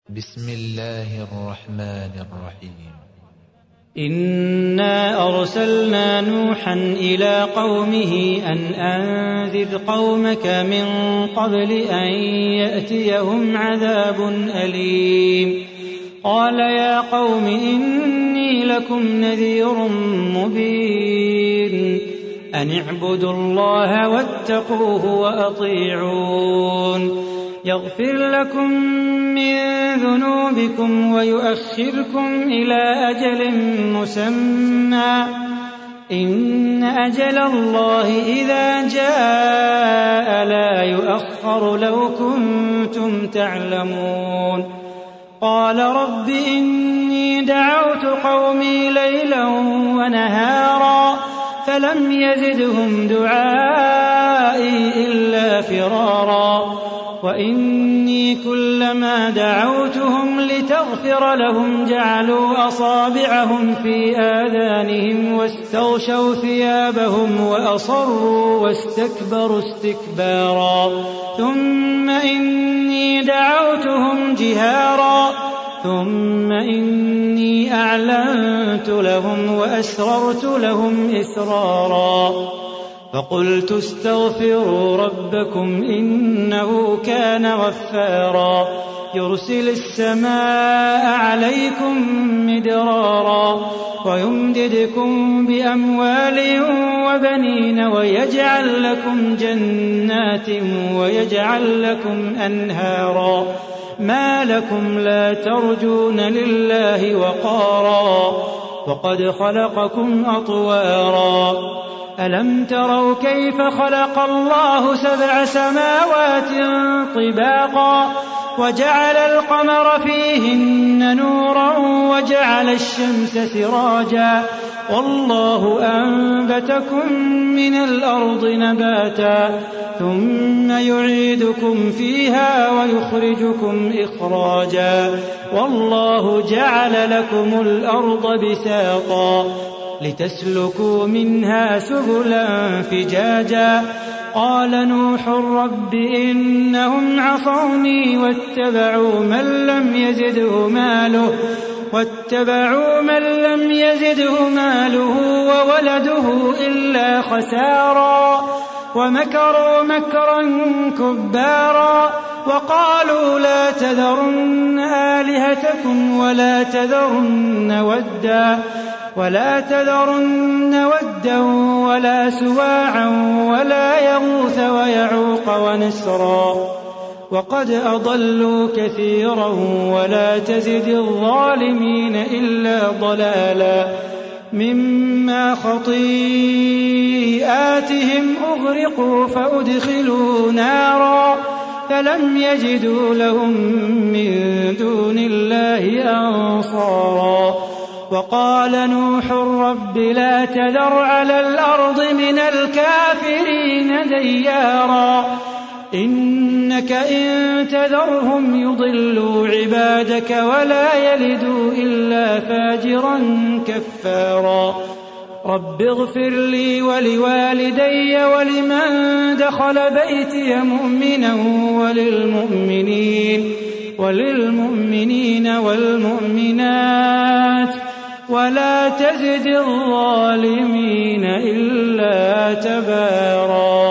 بسم الله الرحمن الرحيم. إنا أرسلنا نوحا إلى قومه أن أنذر قومك من قبل أن يأتيهم عذاب أليم. قال يا قوم إني لكم نذير مبين أن اعبدوا الله واتقوه وأطيعون يغفر لكم من ذنوبكم ويؤخركم إلى أجل مسمى إن أجل الله إذا جاء لا يؤخر لو كنتم تعلمون. قال رب إني دعوت قومي ليلا ونهارا فلم يزدهم دعائي إلا فرارا وإني كلما دعوتهم لتغفر لهم جعلوا أصابعهم في آذانهم واستغشوا ثيابهم وأصروا واستكبروا استكبارا ثم إني دعوتهم جهارا ثم إني أعلنت لهم وأسررت لهم إسرارا فقلت استغفروا ربكم إنه كان غفارا يرسل السماء عليكم مدرارا ويمددكم بأموال وبنين ويجعل لكم جنات ويجعل لكم أنهارا ما لكم لا ترجون لله وقارا وقد خلقكم أطوارا ألم تروا كيف خلق الله 7 سماوات طباقا وجعل القمر فيهن نورا وجعل الشمس سراجا والله أنبتكم من الأرض نباتا ثم يعيدكم فيها ويخرجكم إخراجا والله جعل لكم الأرض بساطا لتسلكوا منها سبلا فجاجا قال نوح رب إنهم عصوني واتبعوا من لم يزده ماله وولده إلا خسارا ومكروا مكرا كبارا وقالوا لا تذرن آلهتكم ولا تذرن ودا ولا سواعا ولا يغوث ويعوق ونسرا وقد أضلوا كثيرا ولا تزد الظالمين إلا ضلالا مما خطيئاتهم أغرقوا فأدخلوا نارا فلم يجدوا لهم من دون الله أنصارا وقال نوح رب لا تذر على الأرض من الكافرين ديارا إنك إن تذرهم يضلوا عبادك ولا يلدوا إلا فاجرا كفارا رب اغفر لي ولوالدي ولمن دخل بيتي مؤمنا وللمؤمنين والمؤمنات ولا تزد الظالمين إلا تبارا.